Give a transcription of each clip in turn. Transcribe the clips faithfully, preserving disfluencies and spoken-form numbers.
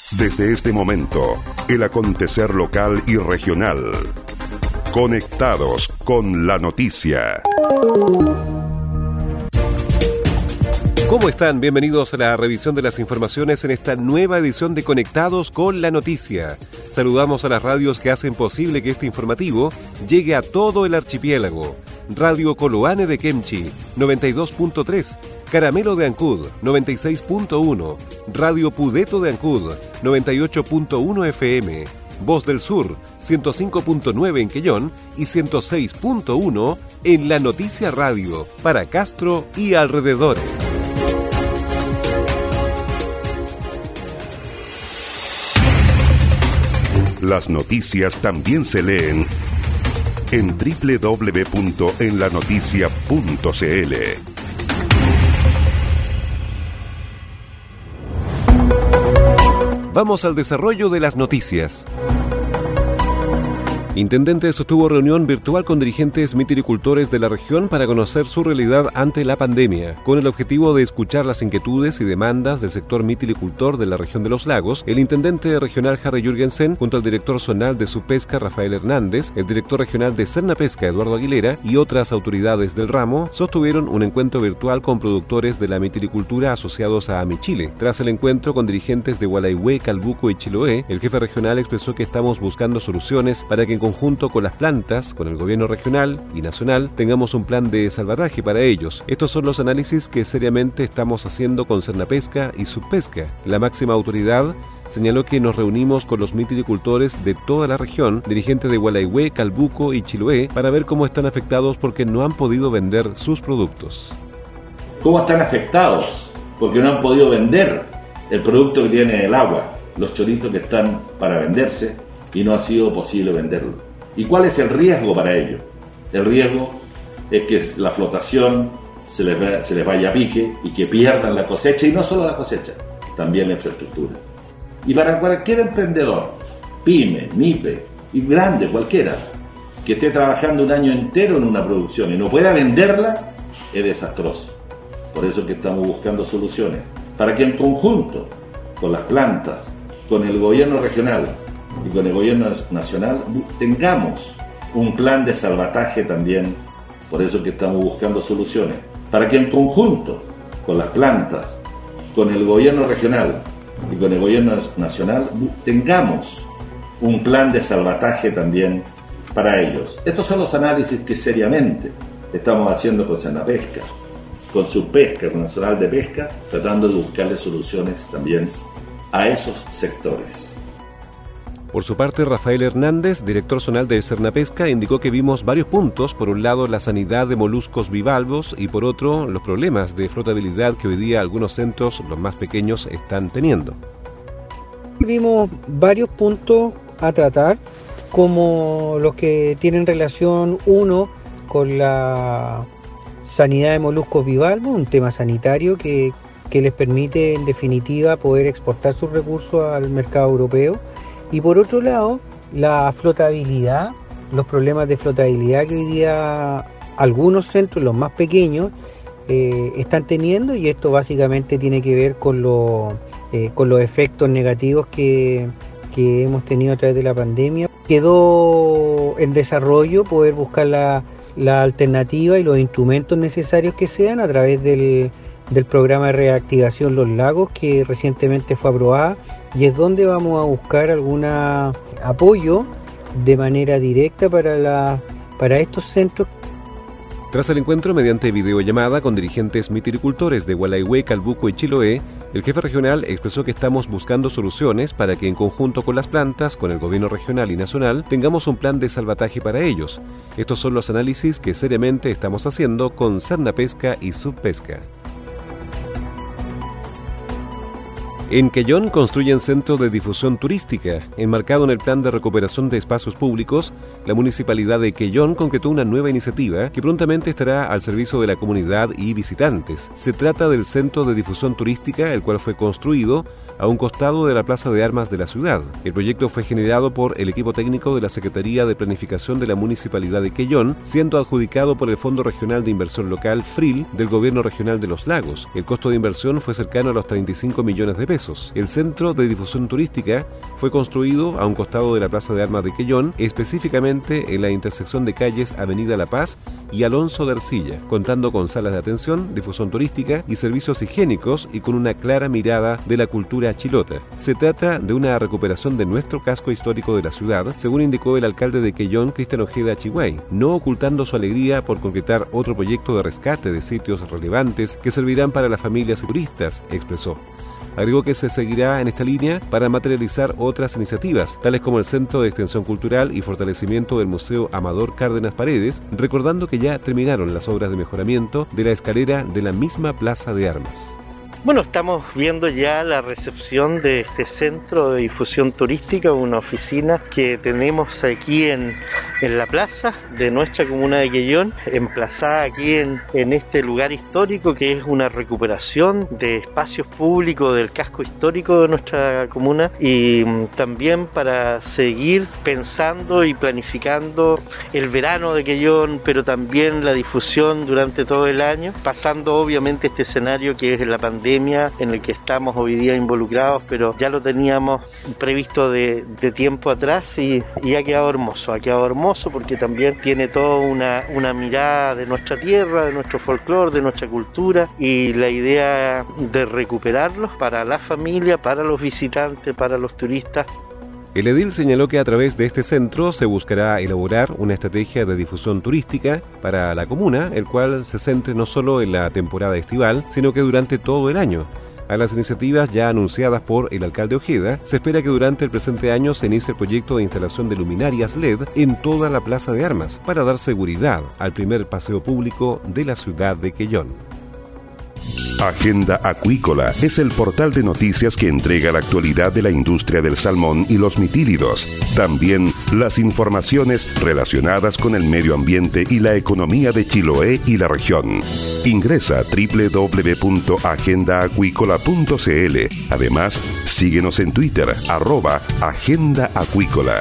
Desde este momento, el acontecer local y regional. Conectados con la noticia. ¿Cómo están? Bienvenidos a la revisión de las informaciones en esta nueva edición de Conectados con la Noticia. Saludamos a las radios que hacen posible que este informativo llegue a todo el archipiélago. Radio Coloane de Kemchi, noventa y dos punto tres, Caramelo de Ancud, noventa y seis punto uno, Radio Pudeto de Ancud, noventa y ocho punto uno F M, Voz del Sur, ciento cinco punto nueve en Quellón y ciento seis punto uno en La Noticia Radio, para Castro y alrededores. Las noticias también se leen en doble u doble u doble u punto en la noticia punto c l. Vamos al desarrollo de las noticias. Intendente sostuvo reunión virtual con dirigentes mitilicultores de la región para conocer su realidad ante la pandemia. Con el objetivo de escuchar las inquietudes y demandas del sector mitilicultor de la región de los lagos, el intendente regional Harry Jürgensen, junto al director zonal de Subpesca Rafael Hernández, el director regional de Cernapesca Eduardo Aguilera y otras autoridades del ramo, sostuvieron un encuentro virtual con productores de la mitilicultura asociados a AmiChile. Tras el encuentro con dirigentes de Gualeguay, Calbuco y Chiloé, el jefe regional expresó que estamos buscando soluciones para que en conjunto con las plantas, con el gobierno regional y nacional, tengamos un plan de salvataje para ellos. Estos son los análisis que seriamente estamos haciendo con Cernapesca y Subpesca. La máxima autoridad señaló que nos reunimos con los mitilicultores de toda la región, dirigentes de Gualeguay, Calbuco y Chiloé, para ver cómo están afectados porque no han podido vender sus productos. ¿Cómo están afectados? Porque no han podido vender el producto que tiene el agua, los choritos que están para venderse, y no ha sido posible venderlo. ¿Y cuál es el riesgo para ello? El riesgo es que la flotación se les, va, se les vaya a pique y que pierdan la cosecha, y no solo la cosecha, también la infraestructura. Y para cualquier emprendedor, pyme, MIPE y grande, cualquiera, que esté trabajando un año entero en una producción y no pueda venderla, es desastroso. Por eso es que estamos buscando soluciones, para que en conjunto con las plantas, con el gobierno regional y con el gobierno nacional tengamos un plan de salvataje también. Por eso es que estamos buscando soluciones, para que en conjunto con las plantas, con el gobierno regional y con el gobierno nacional tengamos un plan de salvataje también para ellos. Estos son los análisis que seriamente estamos haciendo con Cernapesca, con Subpesca, con Nacional de Pesca, tratando de buscarle soluciones también a esos sectores. Por su parte, Rafael Hernández, director zonal de Cernapesca, indicó que vimos varios puntos: por un lado la sanidad de moluscos bivalvos y por otro los problemas de flotabilidad que hoy día algunos centros, los más pequeños, están teniendo. Vimos varios puntos a tratar, como los que tienen relación, uno, con la sanidad de moluscos bivalvos, un tema sanitario que, que les permite en definitiva poder exportar sus recursos al mercado europeo. Y por otro lado, la flotabilidad, los problemas de flotabilidad que hoy día algunos centros, los más pequeños, eh, están teniendo, y esto básicamente tiene que ver con, lo, eh, con los efectos negativos que, que hemos tenido a través de la pandemia. Quedó en desarrollo poder buscar la, la alternativa y los instrumentos necesarios que sean a través del, del programa de reactivación Los Lagos, que recientemente fue aprobada, y es donde vamos a buscar algún apoyo de manera directa para, la, para estos centros. Tras el encuentro mediante videollamada con dirigentes mitilicultores de Gualeguay, Calbuco y Chiloé, el jefe regional expresó que estamos buscando soluciones para que en conjunto con las plantas, con el gobierno regional y nacional, tengamos un plan de salvataje para ellos. Estos son los análisis que seriamente estamos haciendo con Cernapesca y Subpesca. En Quellón construyen centro de difusión turística. Enmarcado en el plan de recuperación de espacios públicos, la Municipalidad de Quellón concretó una nueva iniciativa que prontamente estará al servicio de la comunidad y visitantes. Se trata del Centro de Difusión Turística, el cual fue construido a un costado de la Plaza de Armas de la ciudad. El proyecto fue generado por el equipo técnico de la Secretaría de Planificación de la Municipalidad de Quellón, siendo adjudicado por el Fondo Regional de Inversión Local, FRIL, del Gobierno Regional de los Lagos. El costo de inversión fue cercano a los treinta y cinco millones de pesos. pesos. El Centro de Difusión Turística fue construido a un costado de la Plaza de Armas de Quellón, específicamente en la intersección de calles Avenida La Paz y Alonso de Ercilla, contando con salas de atención, difusión turística y servicios higiénicos y con una clara mirada de la cultura chilota. Se trata de una recuperación de nuestro casco histórico de la ciudad, según indicó el alcalde de Quellón, Cristian Ojeda Chiguay, no ocultando su alegría por concretar otro proyecto de rescate de sitios relevantes que servirán para las familias y turistas, expresó. Agregó que se seguirá en esta línea para materializar otras iniciativas, tales como el Centro de Extensión Cultural y Fortalecimiento del Museo Amador Cárdenas Paredes, recordando que ya terminaron las obras de mejoramiento de la escalera de la misma Plaza de Armas. Bueno, estamos viendo ya la recepción de este centro de difusión turística, una oficina que tenemos aquí en, en la plaza de nuestra comuna de Quellón, emplazada aquí en, en este lugar histórico que es una recuperación de espacios públicos del casco histórico de nuestra comuna y um, también para seguir pensando y planificando el verano de Quellón, pero también la difusión durante todo el año, pasando obviamente este escenario que es la pandemia en el que estamos hoy día involucrados, pero ya lo teníamos previsto de, de tiempo atrás y, y ha quedado hermoso, ha quedado hermoso porque también tiene toda una, una mirada de nuestra tierra, de nuestro folclore, de nuestra cultura y la idea de recuperarlos para la familia, para los visitantes, para los turistas. El edil señaló que a través de este centro se buscará elaborar una estrategia de difusión turística para la comuna, el cual se centre no solo en la temporada estival, sino que durante todo el año. A las iniciativas ya anunciadas por el alcalde Ojeda, se espera que durante el presente año se inicie el proyecto de instalación de luminarias L E D en toda la Plaza de Armas, para dar seguridad al primer paseo público de la ciudad de Quellón. Agenda Acuícola es el portal de noticias que entrega la actualidad de la industria del salmón y los mitílidos. También las informaciones relacionadas con el medio ambiente y la economía de Chiloé y la región. Ingresa a doble u doble u doble u punto agenda acuícola punto c l. Además, síguenos en Twitter, arroba Agenda Acuícola.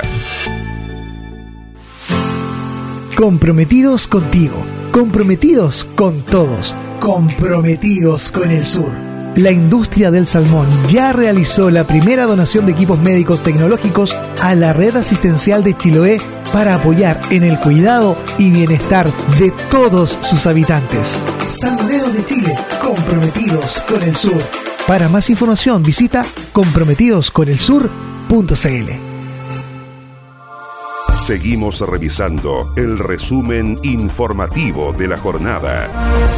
Comprometidos contigo, comprometidos con todos, comprometidos con el sur. La industria del salmón ya realizó la primera donación de equipos médicos tecnológicos a la red asistencial de Chiloé para apoyar en el cuidado y bienestar de todos sus habitantes. Salmoneros de Chile, comprometidos con el sur. Para más información visita comprometidos con el sur punto c l. Seguimos revisando el resumen informativo de la jornada.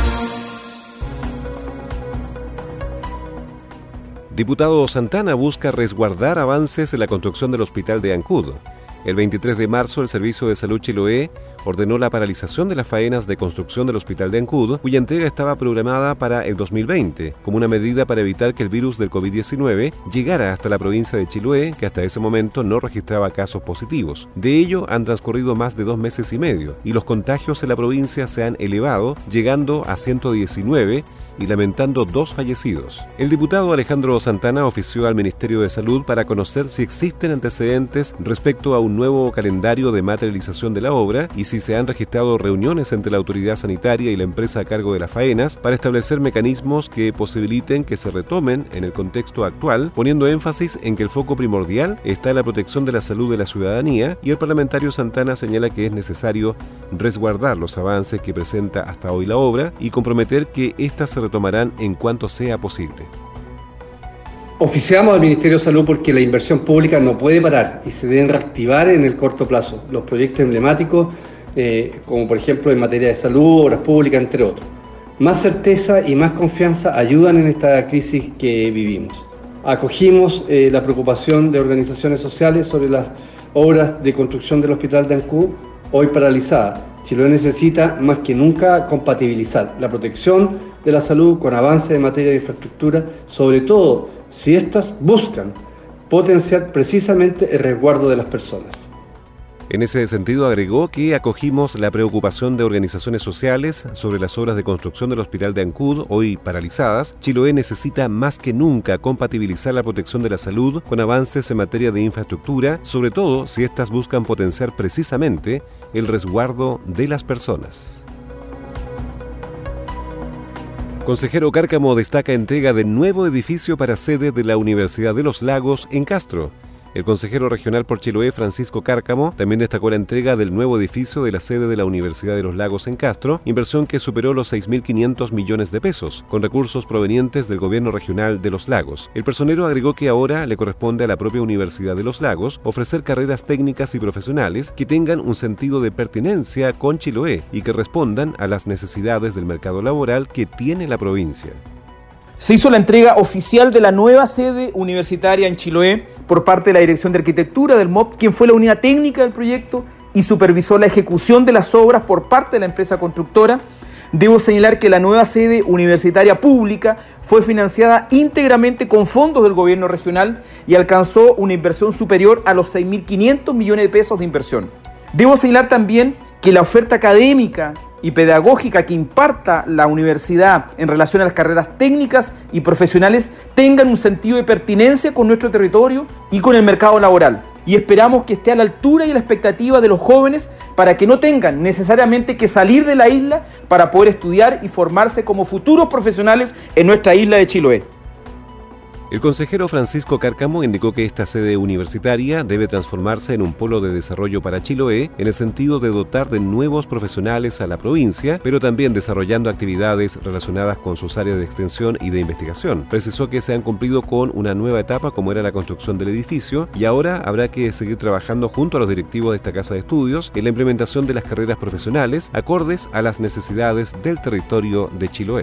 Diputado Santana busca resguardar avances en la construcción del hospital de Ancud. El veintitrés de marzo, el Servicio de Salud Chiloé ordenó la paralización de las faenas de construcción del hospital de Ancud, cuya entrega estaba programada para el dos mil veinte, como una medida para evitar que el virus del covid diecinueve llegara hasta la provincia de Chiloé, que hasta ese momento no registraba casos positivos. De ello, han transcurrido más de dos meses y medio, y los contagios en la provincia se han elevado, llegando a ciento diecinueve, y lamentando dos fallecidos. El diputado Alejandro Santana ofició al Ministerio de Salud para conocer si existen antecedentes respecto a un nuevo calendario de materialización de la obra y si se han registrado reuniones entre la autoridad sanitaria y la empresa a cargo de las faenas para establecer mecanismos que posibiliten que se retomen en el contexto actual, poniendo énfasis en que el foco primordial está en la protección de la salud de la ciudadanía, y el parlamentario Santana señala que es necesario resguardar los avances que presenta hasta hoy la obra y comprometer que ésta se tomarán en cuanto sea posible. Oficiamos al Ministerio de Salud porque la inversión pública no puede parar y se deben reactivar en el corto plazo los proyectos emblemáticos, eh, como por ejemplo en materia de salud, obras públicas, entre otros. Más certeza y más confianza ayudan en esta crisis que vivimos. Acogimos eh, la preocupación de organizaciones sociales sobre las obras de construcción del Hospital de Ancud, hoy paralizadas. Chiloé necesita más que nunca compatibilizar la protección de la salud con avances en materia de infraestructura, sobre todo si éstas buscan potenciar precisamente el resguardo de las personas. En ese sentido, agregó que acogimos la preocupación de organizaciones sociales sobre las obras de construcción del Hospital de Ancud, hoy paralizadas. Chiloé necesita más que nunca compatibilizar la protección de la salud con avances en materia de infraestructura, sobre todo si éstas buscan potenciar precisamente el resguardo de las personas. Consejero Cárcamo destaca entrega de nuevo edificio para sede de la Universidad de los Lagos en Castro. El consejero regional por Chiloé, Francisco Cárcamo, también destacó la entrega del nuevo edificio de la sede de la Universidad de los Lagos en Castro, inversión que superó los seis mil quinientos millones de pesos, con recursos provenientes del gobierno regional de los Lagos. El personero agregó que ahora le corresponde a la propia Universidad de los Lagos ofrecer carreras técnicas y profesionales que tengan un sentido de pertinencia con Chiloé y que respondan a las necesidades del mercado laboral que tiene la provincia. Se hizo la entrega oficial de la nueva sede universitaria en Chiloé por parte de la Dirección de Arquitectura del M O P, quien fue la unidad técnica del proyecto y supervisó la ejecución de las obras por parte de la empresa constructora. Debo señalar que la nueva sede universitaria pública fue financiada íntegramente con fondos del gobierno regional y alcanzó una inversión superior a los seis mil quinientos millones de pesos de inversión. Debo señalar también que la oferta académica y pedagógica que imparta la universidad en relación a las carreras técnicas y profesionales tengan un sentido de pertinencia con nuestro territorio y con el mercado laboral. Y esperamos que esté a la altura y a la expectativa de los jóvenes para que no tengan necesariamente que salir de la isla para poder estudiar y formarse como futuros profesionales en nuestra isla de Chiloé. El consejero Francisco Cárcamo indicó que esta sede universitaria debe transformarse en un polo de desarrollo para Chiloé en el sentido de dotar de nuevos profesionales a la provincia, pero también desarrollando actividades relacionadas con sus áreas de extensión y de investigación. Precisó que se han cumplido con una nueva etapa como era la construcción del edificio y ahora habrá que seguir trabajando junto a los directivos de esta casa de estudios en la implementación de las carreras profesionales acordes a las necesidades del territorio de Chiloé.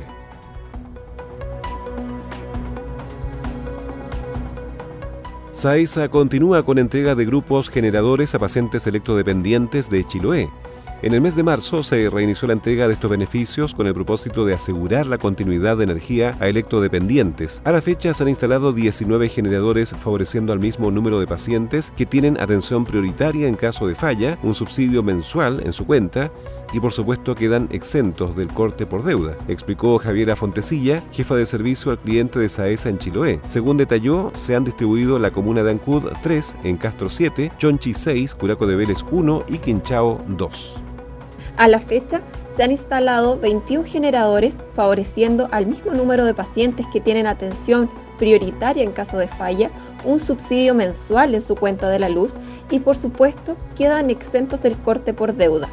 SAESA continúa con entrega de grupos generadores a pacientes electrodependientes de Chiloé. En el mes de marzo se reinició la entrega de estos beneficios con el propósito de asegurar la continuidad de energía a electrodependientes. A la fecha se han instalado diecinueve generadores favoreciendo al mismo número de pacientes que tienen atención prioritaria en caso de falla, un subsidio mensual en su cuenta y por supuesto quedan exentos del corte por deuda, explicó Javiera Fontecilla, jefa de servicio al cliente de SAESA en Chiloé. Según detalló, se han distribuido en la comuna de Ancud tres, en Castro siete, Chonchi seis, Curaco de Vélez uno y Quinchao dos. A la fecha, se han instalado veintiún generadores favoreciendo al mismo número de pacientes que tienen atención prioritaria en caso de falla, un subsidio mensual en su cuenta de la luz y por supuesto quedan exentos del corte por deuda.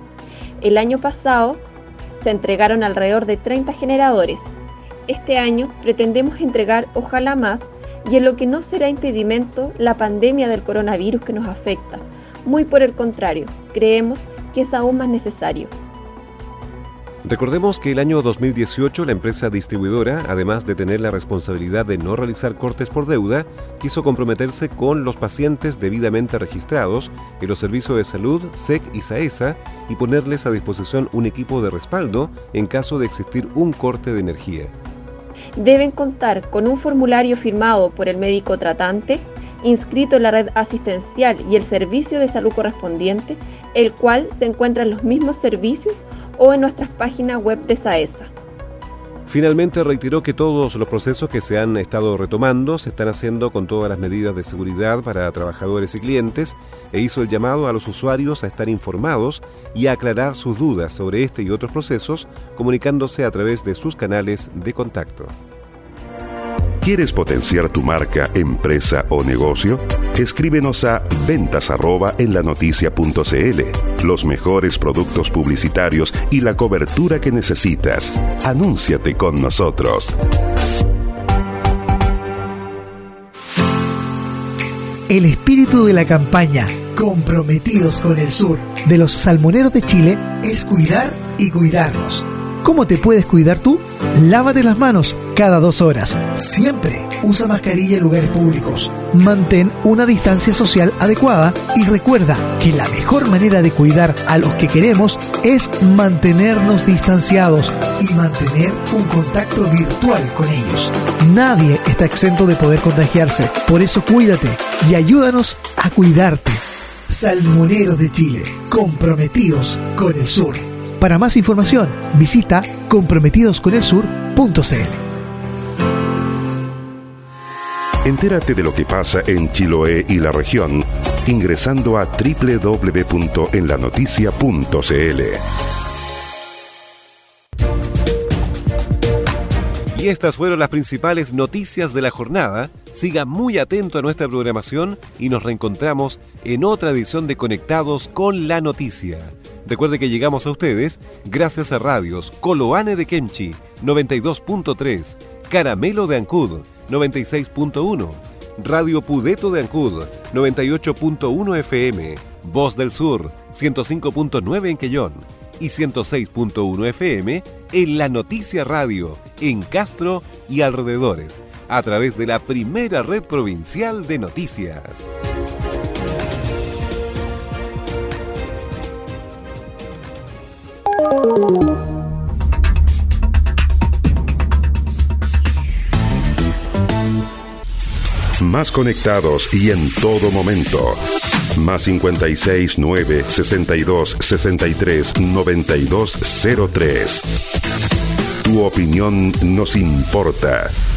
El año pasado se entregaron alrededor de treinta generadores. Este año pretendemos entregar ojalá más y en lo que no será impedimento la pandemia del coronavirus que nos afecta. Muy por el contrario, creemos que es aún más necesario. Recordemos que el año dos mil dieciocho la empresa distribuidora, además de tener la responsabilidad de no realizar cortes por deuda, quiso comprometerse con los pacientes debidamente registrados en los servicios de salud, S E C y SAESA y ponerles a disposición un equipo de respaldo en caso de existir un corte de energía. Deben contar con un formulario firmado por el médico tratante, inscrito en la red asistencial y el servicio de salud correspondiente, el cual se encuentra en los mismos servicios o en nuestras páginas web de SAESA. Finalmente reiteró que todos los procesos que se han estado retomando se están haciendo con todas las medidas de seguridad para trabajadores y clientes e hizo el llamado a los usuarios a estar informados y a aclarar sus dudas sobre este y otros procesos comunicándose a través de sus canales de contacto. ¿Quieres potenciar tu marca, empresa o negocio? Escríbenos a ventas arroba en la noticia punto cl. Los mejores productos publicitarios y la cobertura que necesitas. Anúnciate con nosotros. El espíritu de la campaña Comprometidos con el Sur de los Salmoneros de Chile es cuidar y cuidarnos. ¿Cómo te puedes cuidar tú? Lávate las manos cada dos horas. Siempre usa mascarilla en lugares públicos. Mantén una distancia social adecuada y recuerda que la mejor manera de cuidar a los que queremos es mantenernos distanciados y mantener un contacto virtual con ellos. Nadie está exento de poder contagiarse. Por eso cuídate y ayúdanos a cuidarte. Salmoneros de Chile, comprometidos con el sur. Para más información, visita comprometidos con el sur punto cl. Entérate de lo que pasa en Chiloé y la región ingresando a doble u doble u doble u punto en la noticia punto cl. Y estas fueron las principales noticias de la jornada. Siga muy atento a nuestra programación y nos reencontramos en otra edición de Conectados con la Noticia. Recuerde que llegamos a ustedes gracias a radios Coloane de Kemchi, noventa y dos punto tres, Caramelo de Ancud, noventa y seis punto uno, Radio Pudeto de Ancud, noventa y ocho punto uno F M, Voz del Sur, ciento cinco punto nueve en Quellón y ciento seis punto uno F M en La Noticia Radio, en Castro y alrededores, a través de la primera red provincial de noticias. Más conectados y en todo momento. Más cincuenta y seis, nueve, sesenta y dos, sesenta y tres, noventa y dos, cero tres. Tu opinión nos importa.